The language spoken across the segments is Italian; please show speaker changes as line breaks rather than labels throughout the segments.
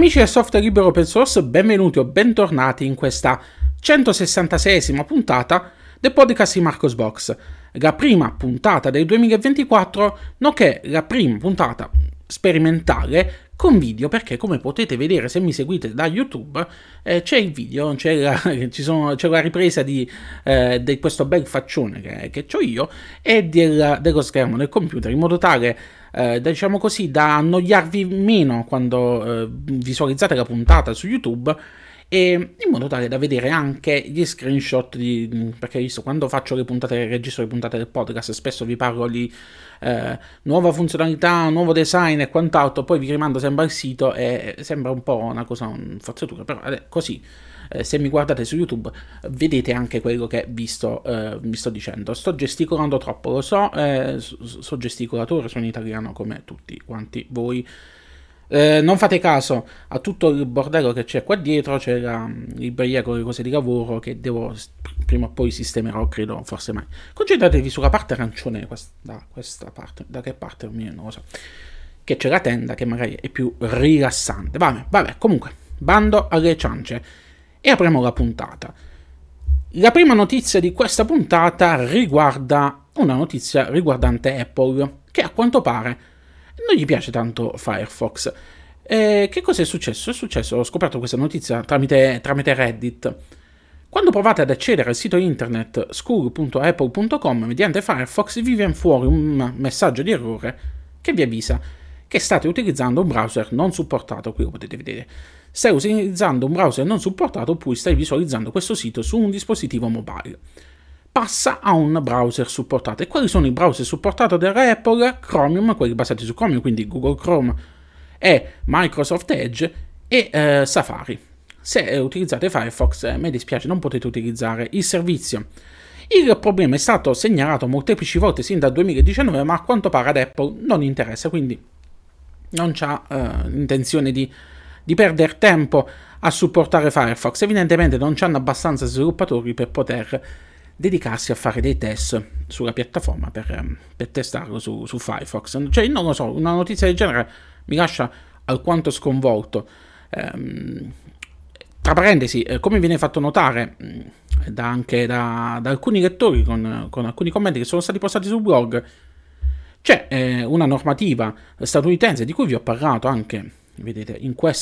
Amici del software libero open source, benvenuti o bentornati in questa 166esima puntata del podcast di Marcosbox, la prima puntata del 2024, nonché la prima puntata sperimentale con video, perché come potete vedere se mi seguite da YouTube c'è il video, c'è la ripresa di questo bel faccione che ho io e dello schermo del computer, in modo tale diciamo così da annoiarvi meno quando visualizzate la puntata su YouTube, e in modo tale da vedere anche gli screenshot perché visto quando faccio registro le puntate del podcast spesso vi parlo di nuova funzionalità, nuovo design e quant'altro, poi vi rimando sempre al sito e sembra un po' una cosa, una forzatura, però così se mi guardate su YouTube vedete anche quello che vi sto dicendo. Sto gesticolando troppo, lo so, sono gesticolatore, sono italiano come tutti quanti voi. Non fate caso a tutto il bordello che c'è qua dietro, c'è la libreria con le cose di lavoro che devo prima o poi sistemerò, credo, forse mai. Concentratevi sulla parte arancione, da questa parte, da che parte non lo so, che c'è la tenda che magari è più rilassante. Vabbè, comunque, bando alle ciance e apriamo la puntata. La prima notizia di questa puntata riguarda una notizia riguardante Apple, che a quanto pare non gli piace tanto Firefox. Che cosa è successo? Ho scoperto questa notizia tramite Reddit. Quando provate ad accedere al sito internet school.apple.com mediante Firefox vi viene fuori un messaggio di errore che vi avvisa che state utilizzando un browser non supportato. Qui lo potete vedere. Stai utilizzando un browser non supportato oppure stai visualizzando questo sito su un dispositivo mobile. Passa a un browser supportato. E quali sono i browser supportati dalla Apple? Chromium, quelli basati su Chromium, quindi Google Chrome e Microsoft Edge e Safari. Se utilizzate Firefox, mi dispiace, non potete utilizzare il servizio. Il problema è stato segnalato molteplici volte sin dal 2019, ma a quanto pare ad Apple non interessa, quindi non c'ha intenzione di perdere tempo a supportare Firefox. Evidentemente non c'hanno abbastanza sviluppatori per poter dedicarsi a fare dei test sulla piattaforma per testarlo su Firefox. Cioè, non lo so, una notizia del genere mi lascia alquanto sconvolto. Tra parentesi, come viene fatto notare anche da alcuni lettori con alcuni commenti che sono stati postati sul blog, c'è una normativa statunitense di cui vi ho parlato anche, vedete,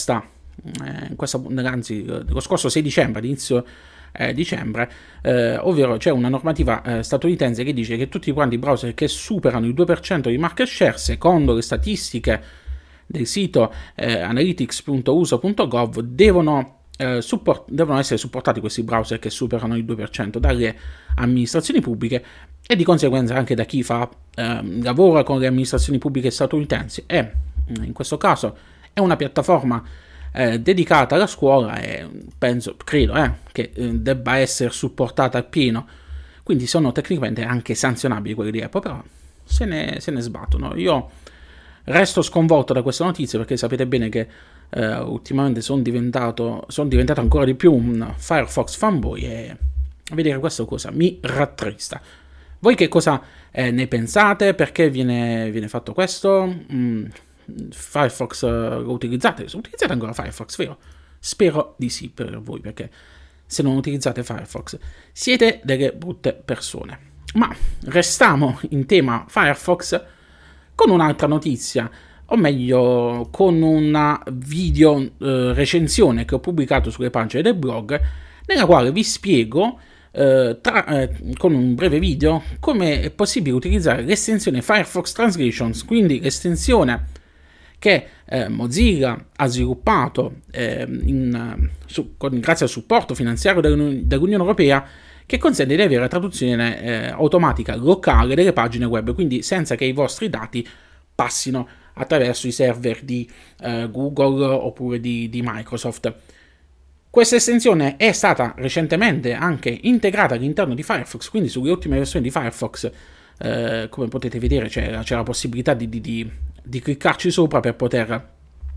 anzi, lo scorso 6 dicembre, all'inizio dicembre, ovvero c'è una normativa statunitense che dice che tutti quanti i browser che superano il 2% di market share, secondo le statistiche del sito analytics.usa.gov, devono essere supportati, questi browser che superano il 2%, dalle amministrazioni pubbliche e di conseguenza anche da chi lavora con le amministrazioni pubbliche statunitensi, e in questo caso è una piattaforma dedicata alla scuola e credo che debba essere supportata appieno, quindi sono tecnicamente anche sanzionabili quelli di Apple, però se ne sbattono. Io resto sconvolto da questa notizia perché sapete bene che ultimamente sono diventato ancora di più un Firefox fanboy e vedere questa cosa mi rattrista. Voi che cosa ne pensate? Perché viene fatto questo? Firefox lo utilizzate? Utilizzate ancora Firefox, vero? Spero di sì per voi, perché se non utilizzate Firefox siete delle brutte persone. Ma restiamo in tema Firefox con un'altra notizia, o meglio con una video recensione che ho pubblicato sulle pagine del blog, nella quale vi spiego con un breve video come è possibile utilizzare l'estensione Firefox Translations, quindi l'estensione che Mozilla ha sviluppato grazie al supporto finanziario dell'Unione Europea, che consente di avere la traduzione automatica locale delle pagine web, quindi senza che i vostri dati passino attraverso i server di Google oppure di Microsoft. Questa estensione è stata recentemente anche integrata all'interno di Firefox, quindi sulle ultime versioni di Firefox, come potete vedere, c'è la possibilità di cliccarci sopra per poter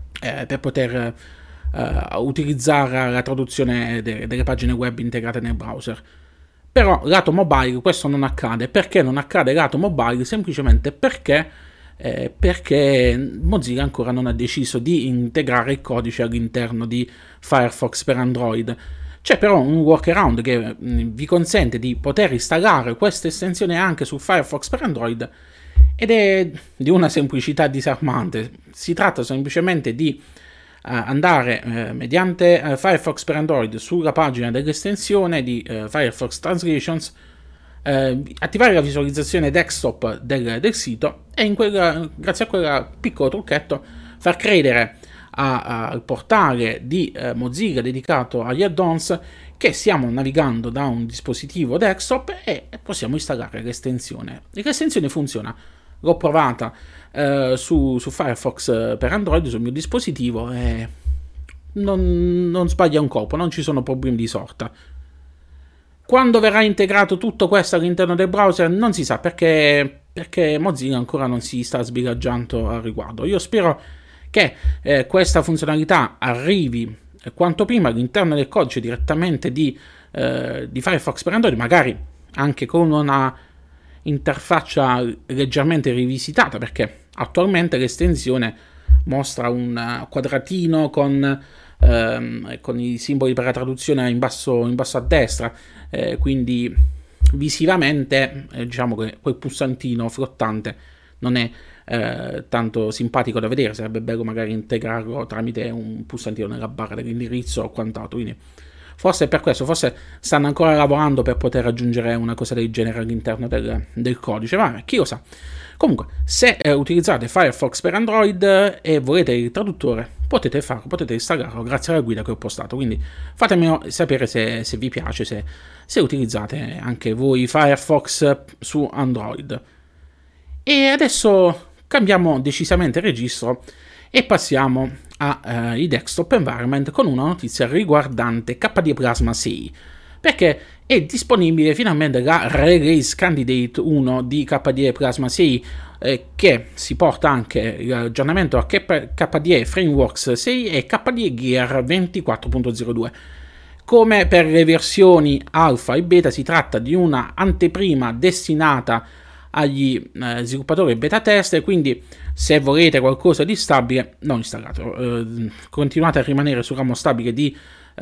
utilizzare la traduzione delle pagine web integrate nel browser. Però lato mobile questo non accade. Perché non accade lato mobile? Semplicemente perché perché Mozilla ancora non ha deciso di integrare il codice all'interno di Firefox per Android. C'è però un workaround che vi consente di poter installare questa estensione anche su Firefox per Android, ed è di una semplicità disarmante. Si tratta semplicemente di andare mediante Firefox per Android sulla pagina dell'estensione di Firefox Translations, attivare la visualizzazione desktop del sito e grazie a quel piccolo trucchetto far credere al portale di Mozilla dedicato agli add-ons che stiamo navigando da un dispositivo desktop e possiamo installare l'estensione. L'estensione funziona, l'ho provata su Firefox per Android sul mio dispositivo e non sbaglia un colpo, non ci sono problemi di sorta. Quando verrà integrato tutto questo all'interno del browser non si sa, perché Mozilla ancora non si sta sbiraggiando al riguardo. Io spero che questa funzionalità arrivi quanto prima all'interno del codice direttamente di Firefox per Android, magari anche con una interfaccia leggermente rivisitata, perché attualmente l'estensione mostra un quadratino con i simboli per la traduzione in basso a destra, quindi visivamente diciamo che quel pulsantino flottante non è tanto simpatico da vedere. Sarebbe bello magari integrarlo tramite un pulsantino nella barra dell'indirizzo o quant'altro, quindi forse è per questo, forse stanno ancora lavorando per poter aggiungere una cosa del genere all'interno del codice, ma chi lo sa. Comunque, se utilizzate Firefox per Android e volete il traduttore, potete farlo, potete installarlo grazie alla guida che ho postato, quindi fatemelo sapere se vi piace, se utilizzate anche voi Firefox su Android. E adesso cambiamo decisamente registro e passiamo ai desktop environment con una notizia riguardante KDE Plasma 6, perché è disponibile finalmente la Release Candidate 1 di KDE Plasma 6, che si porta anche l'aggiornamento a KDE Frameworks 6 e KDE Gear 24.02. Come per le versioni alfa e beta, si tratta di una anteprima destinata agli sviluppatori beta test, quindi se volete qualcosa di stabile non installatelo, continuate a rimanere sul ramo stabile di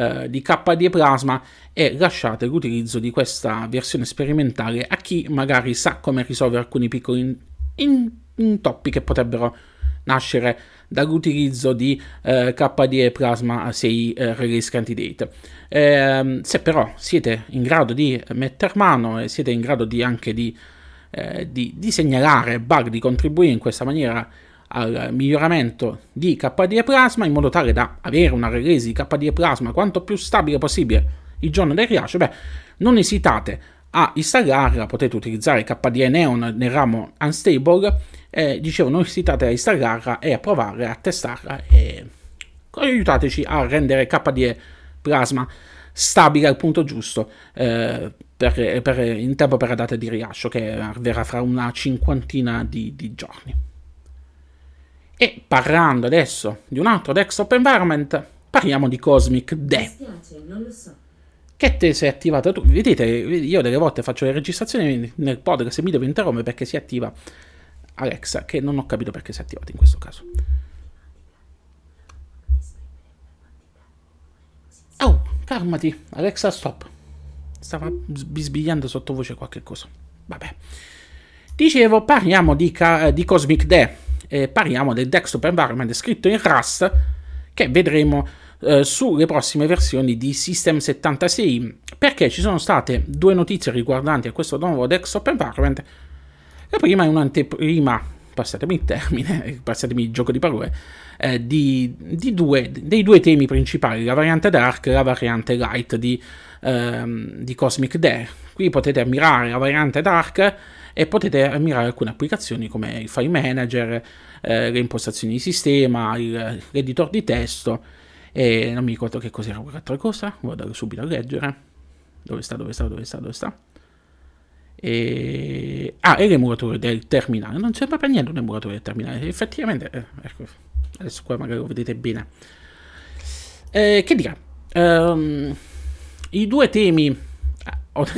KDE Plasma e lasciate l'utilizzo di questa versione sperimentale a chi magari sa come risolvere alcuni piccoli intoppi che potrebbero nascere dall'utilizzo di KDE Plasma 6 Release Candidate. Se però siete in grado di metter mano e siete in grado anche di segnalare bug, di contribuire in questa maniera al miglioramento di KDE Plasma in modo tale da avere una release di KDE Plasma quanto più stabile possibile il giorno del rilascio, non esitate a installarla. Potete utilizzare KDE Neon nel ramo Unstable, non esitate a installarla e a provare a testarla, e aiutateci a rendere KDE Plasma stabile al punto giusto in tempo per la data di rilascio, che avverrà fra una cinquantina di giorni. E parlando adesso di un altro desktop environment, parliamo di Cosmic DE.
Non lo so.
Che te sei attivata tu? Vedete, io delle volte faccio le registrazioni nel podcast e mi devo interrompere perché si attiva Alexa, che non ho capito perché si è attivata in questo caso. Oh, calmati, Alexa, stop. Stava bisbigliando sottovoce qualche cosa. Vabbè. Dicevo, parliamo di Cosmic DE. Parliamo del desktop environment scritto in Rust che vedremo sulle prossime versioni di System 76, perché ci sono state due notizie riguardanti a questo nuovo desktop environment. La prima è un'anteprima, passatemi il termine, passatemi il gioco di parole, dei due temi principali, la variante Dark e la variante Light di Cosmic DE. Qui potete ammirare la variante Dark e potete ammirare alcune applicazioni come il File Manager, le impostazioni di sistema, l'editor di testo, e non mi ricordo che cos'era quell'altra cosa, vado subito a leggere. Dove sta? E l'emulatore del terminale. Non c'è proprio niente un emulatore del terminale, effettivamente. Ecco, adesso qua magari lo vedete bene. Che dire, i due temi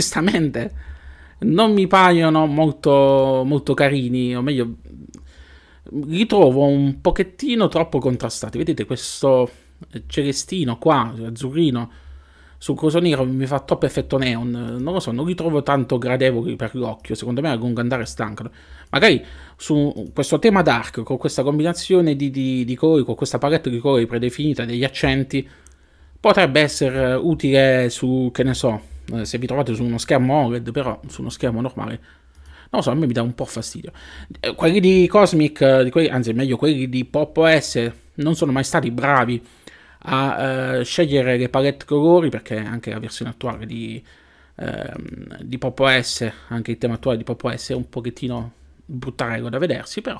onestamente non mi paiono molto, molto carini, o meglio li trovo un pochettino troppo contrastati. Vedete questo celestino qua, azzurrino, sul coso nero mi fa troppo effetto neon, non lo so, non li trovo tanto gradevoli per l'occhio, secondo me a lungo andare stancano. Magari su questo tema dark, con questa combinazione di colori, con questa palette di colori predefinita, degli accenti, potrebbe essere utile su, che ne so, se vi trovate su uno schermo OLED, però su uno schermo normale, non lo so, a me mi dà un po' fastidio. Quelli di Cosmic, anzi meglio quelli di Pop OS, non sono mai stati bravi a scegliere le palette colori, perché anche la versione attuale di Pop OS, anche il tema attuale di Pop OS è un pochettino bruttarello da vedersi, però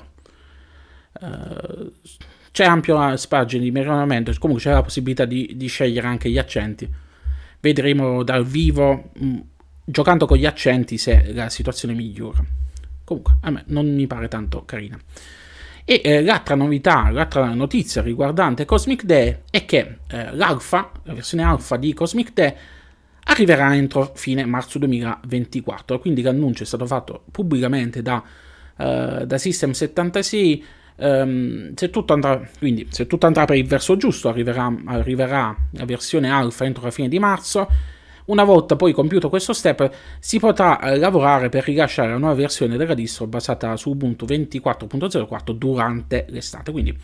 c'è ampio spazio di miglioramento, comunque c'è la possibilità di scegliere anche gli accenti. Vedremo dal vivo, giocando con gli accenti, se la situazione migliora. Comunque a me non mi pare tanto carina. E l'altra novità, l'altra notizia riguardante Cosmic Day è che la versione alfa di Cosmic Day arriverà entro fine marzo 2024, quindi l'annuncio è stato fatto pubblicamente da System 76. Se tutto andrà per il verso giusto, arriverà la versione alfa entro la fine di marzo. Una volta poi compiuto questo step, si potrà lavorare per rilasciare la nuova versione della distro basata su Ubuntu 24.04 durante l'estate. Quindi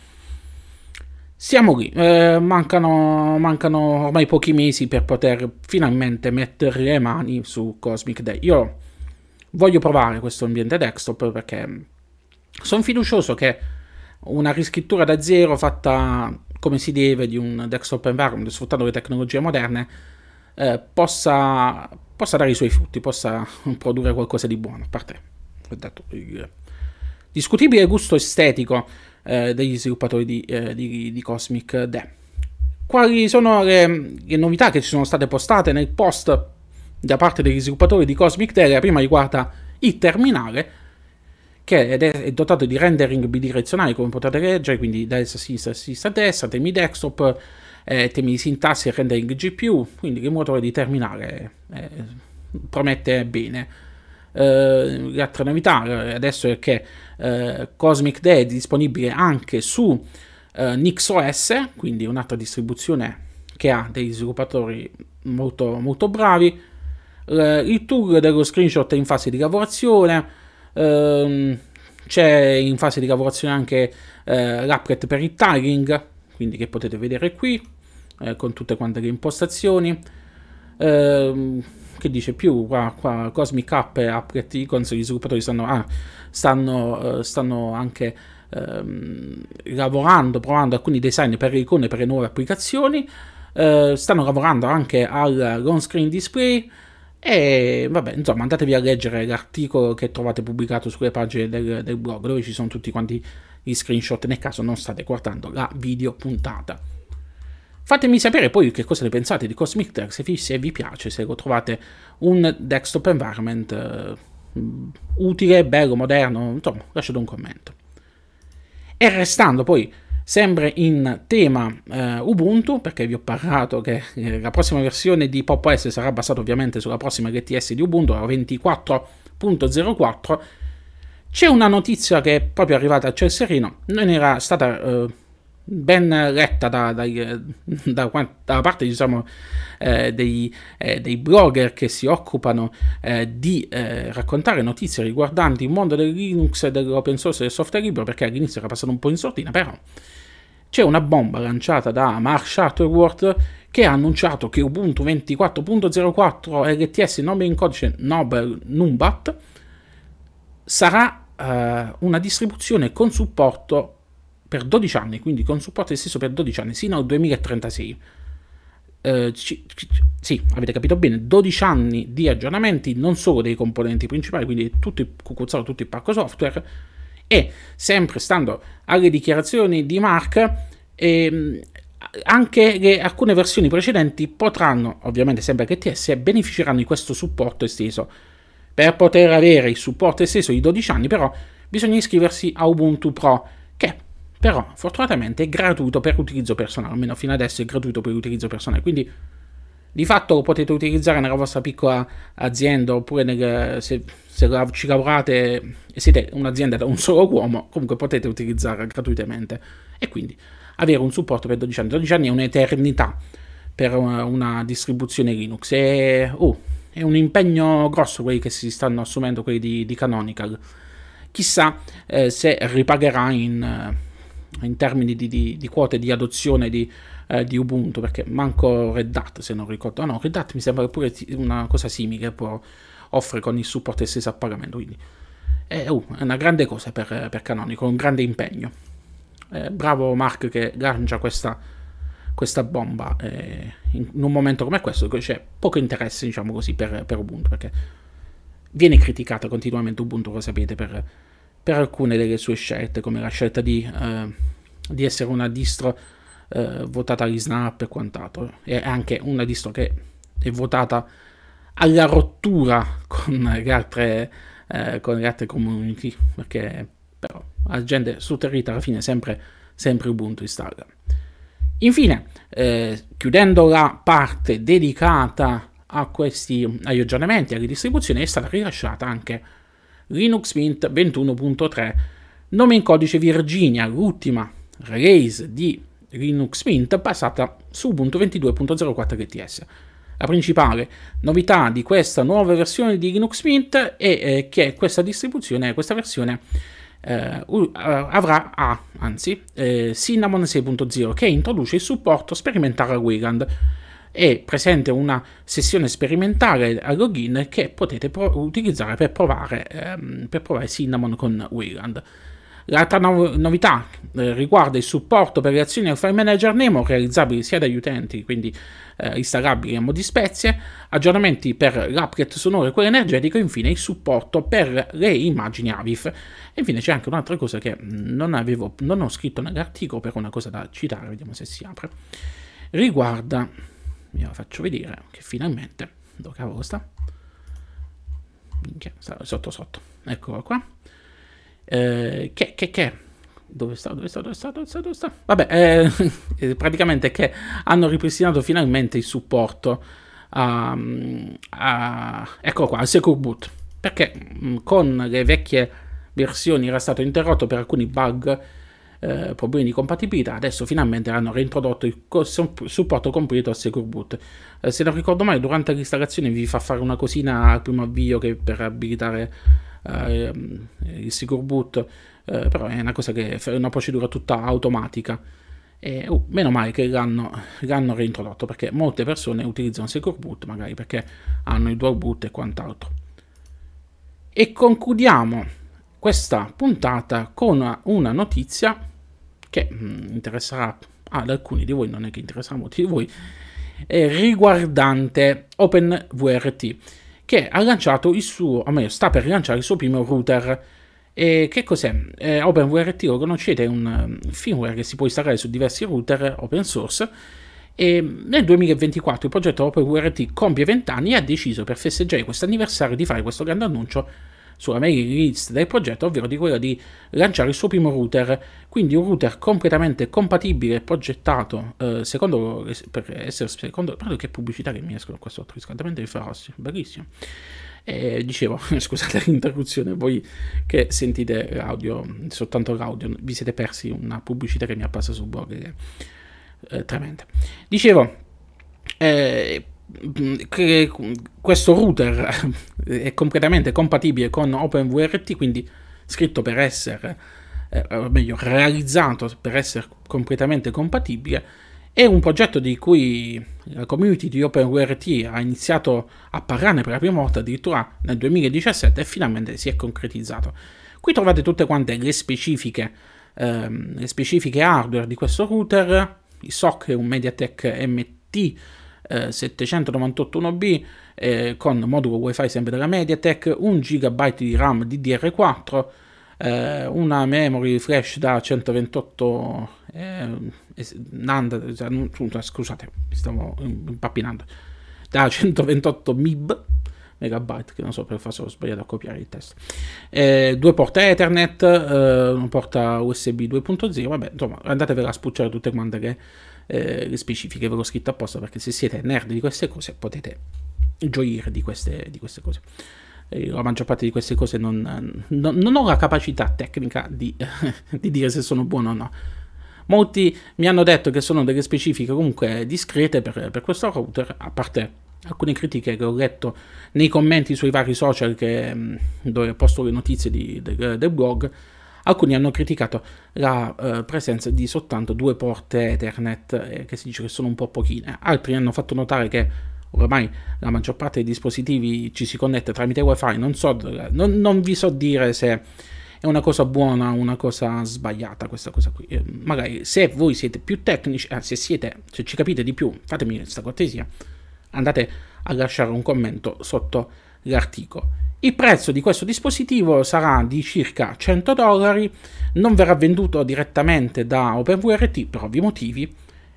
siamo lì, mancano ormai pochi mesi per poter finalmente mettere le mani su Cosmic Day. Io voglio provare questo ambiente desktop perché sono fiducioso che una riscrittura da zero fatta come si deve di un desktop environment, sfruttando le tecnologie moderne, possa dare i suoi frutti, possa produrre qualcosa di buono, a parte il discutibile gusto estetico degli sviluppatori di Cosmic Day. Quali sono le novità che ci sono state postate nel post da parte degli sviluppatori di Cosmic Day? La prima riguarda il terminale, che è dotato di rendering bidirezionali, come potete leggere, quindi da destra a sinistra, a sinistra a destra, temi desktop, temi di sintassi e rendering GPU, quindi il motore di terminale promette bene. L'altra novità adesso è che Cosmic Day è disponibile anche su NixOS, quindi un'altra distribuzione che ha degli sviluppatori molto, molto bravi. Il tool dello screenshot è in fase di lavorazione. C'è in fase di lavorazione anche l'applet per il tiling, quindi che potete vedere qui con tutte quante le impostazioni. Che dice più qua Cosmic App e applet icons, gli sviluppatori stanno anche lavorando, provando alcuni design per le icone per le nuove applicazioni. Stanno lavorando anche al on screen display. E vabbè, insomma, andatevi a leggere l'articolo che trovate pubblicato sulle pagine del blog, dove ci sono tutti quanti gli screenshot, nel caso non state guardando la video puntata. Fatemi sapere poi che cosa ne pensate di Cosmic Day, se vi piace, se lo trovate un desktop environment utile, bello, moderno, insomma, lasciate un commento. E restando poi sempre in tema Ubuntu, perché vi ho parlato che la prossima versione di Pop OS sarà basata ovviamente sulla prossima LTS di Ubuntu, la 24.04. C'è una notizia che è proprio arrivata a ciel sereno, non era stata ben letta da parte, diciamo, dei blogger che si occupano di raccontare notizie riguardanti il mondo del Linux, dell'open source e del software libero, perché all'inizio era passato un po' in sordina, però c'è una bomba lanciata da Mark Shuttleworth che ha annunciato che Ubuntu 24.04 LTS nome in codice Noble Numbat sarà una distribuzione con supporto per 12 anni, quindi con supporto esteso per 12 anni, sino al 2036. Sì, avete capito bene, 12 anni di aggiornamenti, non solo dei componenti principali, quindi tutto il cucuzzaro, tutto il pacco software, e sempre stando alle dichiarazioni di Mark, anche alcune versioni precedenti potranno, ovviamente sempre LTS, beneficeranno di questo supporto esteso. Per poter avere il supporto esteso di 12 anni, però, bisogna iscriversi a Ubuntu Pro, che però fortunatamente è gratuito per utilizzo personale, almeno fino adesso è gratuito per utilizzo personale, quindi Di fatto lo potete utilizzare nella vostra piccola azienda, oppure se ci lavorate e siete un'azienda da un solo uomo, comunque potete utilizzarla gratuitamente. E quindi avere un supporto per 12 anni. 12 anni è un'eternità per una distribuzione Linux. È un impegno grosso quelli che si stanno assumendo, quelli di Canonical. Chissà se ripagherà in termini di quote di adozione di Ubuntu, perché manco Red Hat, se non ricordo. No, Red Hat mi sembra pure una cosa simile, può offre con il supporto stesso a pagamento, quindi è una grande cosa per Canonical, un grande impegno. Bravo Mark che lancia questa bomba in un momento come questo, c'è poco interesse, diciamo così, per Ubuntu, perché viene criticata continuamente Ubuntu, lo sapete, per alcune delle sue scelte, come la scelta di essere una distro votata agli snap e quant'altro, e anche una distro che è votata alla rottura con le altre community, perché però la gente su Territa alla fine sempre Ubuntu installa. Infine, chiudendo la parte dedicata agli aggiornamenti, alle distribuzioni, è stata rilasciata anche Linux Mint 21.3, nome in codice Virginia, l'ultima release di Linux Mint basata su Ubuntu 22.04 LTS. La principale novità di questa nuova versione di Linux Mint è che questa versione avrà Cinnamon 6.0, che introduce il supporto sperimentale a Wayland. È presente una sessione sperimentale a login che potete utilizzare per provare Cinnamon con Wayland. L'altra novità riguarda il supporto per le azioni del File Manager Nemo realizzabili sia dagli utenti, quindi installabili a mo' di spezie, aggiornamenti per l'applet sonoro e quello energetico, e infine il supporto per le immagini AVIF. E infine c'è anche un'altra cosa che non ho scritto nell'articolo, per una cosa da citare, vediamo se si apre. Riguarda, vi faccio vedere che finalmente, dove cavolo sta? Minchia, sta sotto, eccolo qua. Dove sta? Vabbè, praticamente che hanno ripristinato finalmente il supporto ecco qua, al Secure Boot, perché con le vecchie versioni era stato interrotto per alcuni bug, problemi di compatibilità. Adesso finalmente hanno reintrodotto il supporto completo al Secure Boot. Se non ricordo male, durante l'installazione vi fa fare una cosina al primo avvio che per abilitare il Secure Boot, però è una cosa che è una procedura tutta automatica, e meno male che l'hanno reintrodotto, perché molte persone utilizzano Secure Boot magari perché hanno il Dual Boot e quant'altro. E concludiamo questa puntata con una notizia che interesserà ad alcuni di voi, non è che interesserà molti di voi, riguardante OpenWRT, che ha lanciato sta per lanciare il suo primo router. E che cos'è? OpenWRT, lo conoscete, è un firmware che si può installare su diversi router open source, e nel 2024 il progetto OpenWRT compie 20 anni e ha deciso, per festeggiare questo anniversario, di fare questo grande annuncio sulla mailing list del progetto, ovvero di quello di lanciare il suo primo router, quindi un router completamente compatibile, progettato secondo guarda che pubblicità che mi escono qua sotto, riscaldamento dei ferrossi, bellissimo. Dicevo, scusate l'interruzione, voi che sentite l'audio, soltanto l'audio, vi siete persi una pubblicità che mi è appassa sul blog, che è tremenda. Dicevo, che questo router è completamente compatibile con OpenWRT, quindi scritto per essere, meglio, realizzato per essere completamente compatibile. È un progetto di cui la community di OpenWRT ha iniziato a parlarne per la prima volta addirittura nel 2017 e finalmente si è concretizzato. Qui trovate tutte quante le specifiche hardware di questo router. Il SoC è un MediaTek MT 798.1b con modulo WiFi sempre della MediaTek, 1 GB di RAM DDR4, una memory flash da 128 scusate, mi stavo impappinando, da 128 MB megabyte, che non so per forse ho sbagliato a copiare il testo, 2 porte Ethernet, una porta USB 2.0, vabbè, insomma, andatevela a spucciare tutte quante le specifiche, ve l'ho scritto apposta perché se siete nerd di queste cose potete gioire di queste cose. La maggior parte di queste cose non ho la capacità tecnica di dire se sono buone o no. Molti mi hanno detto che sono delle specifiche comunque discrete per questo router, a parte alcune critiche che ho letto nei commenti sui vari social dove posto le notizie del blog. Alcuni hanno criticato la presenza di soltanto 2 porte Ethernet, che si dice che sono un po' pochine. Altri hanno fatto notare che ormai la maggior parte dei dispositivi ci si connette tramite wifi. Non vi so dire se è una cosa buona o una cosa sbagliata questa cosa qui. Magari se voi siete più tecnici, se ci capite di più, fatemi questa cortesia, andate a lasciare un commento sotto l'articolo. Il prezzo di questo dispositivo sarà di circa $100, non verrà venduto direttamente da OpenWRT per ovvi motivi,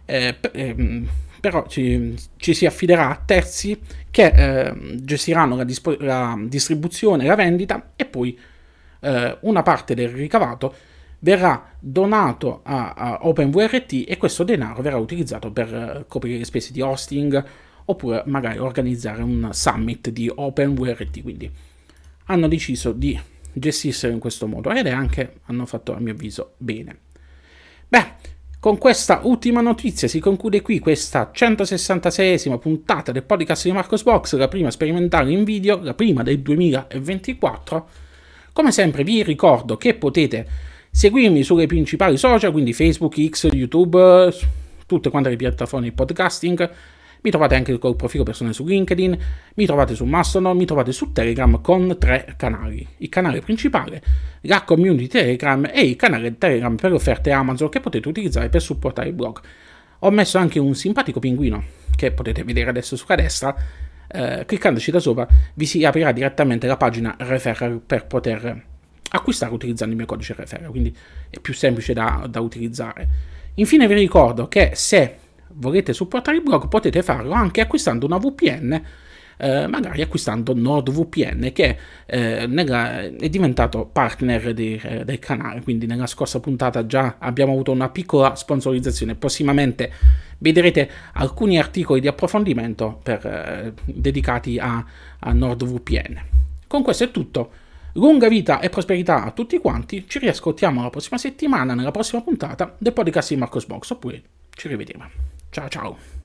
però ci si affiderà a terzi che gestiranno la distribuzione e la vendita, e poi una parte del ricavato verrà donato a OpenWRT e questo denaro verrà utilizzato per coprire le spese di hosting oppure magari organizzare un summit di OpenWRT. Quindi hanno deciso di gestirselo in questo modo ed hanno fatto, a mio avviso, bene. Beh, con questa ultima notizia si conclude qui questa 166esima puntata del podcast di Marcosbox, la prima sperimentale in video, la prima del 2024. Come sempre vi ricordo che potete seguirmi sulle principali social, quindi Facebook, X, YouTube, tutte quante le piattaforme di podcasting. Mi trovate anche col profilo personale su LinkedIn, mi trovate su Mastodon, mi trovate su Telegram con 3 canali. Il canale principale, la community Telegram e il canale Telegram per le offerte Amazon che potete utilizzare per supportare il blog. Ho messo anche un simpatico pinguino che potete vedere adesso sulla destra. Cliccandoci da sopra vi si aprirà direttamente la pagina referral per poter acquistare utilizzando il mio codice referral, quindi è più semplice da utilizzare. Infine vi ricordo che se volete supportare il blog potete farlo anche acquistando una VPN, magari acquistando NordVPN che è diventato partner del canale, quindi nella scorsa puntata già abbiamo avuto una piccola sponsorizzazione. Prossimamente vedrete alcuni articoli di approfondimento dedicati a NordVPN. Con questo è tutto, lunga vita e prosperità a tutti quanti, ci riascoltiamo la prossima settimana nella prossima puntata del podcast di Marcosbox, oppure ci rivediamo. Ciao ciao!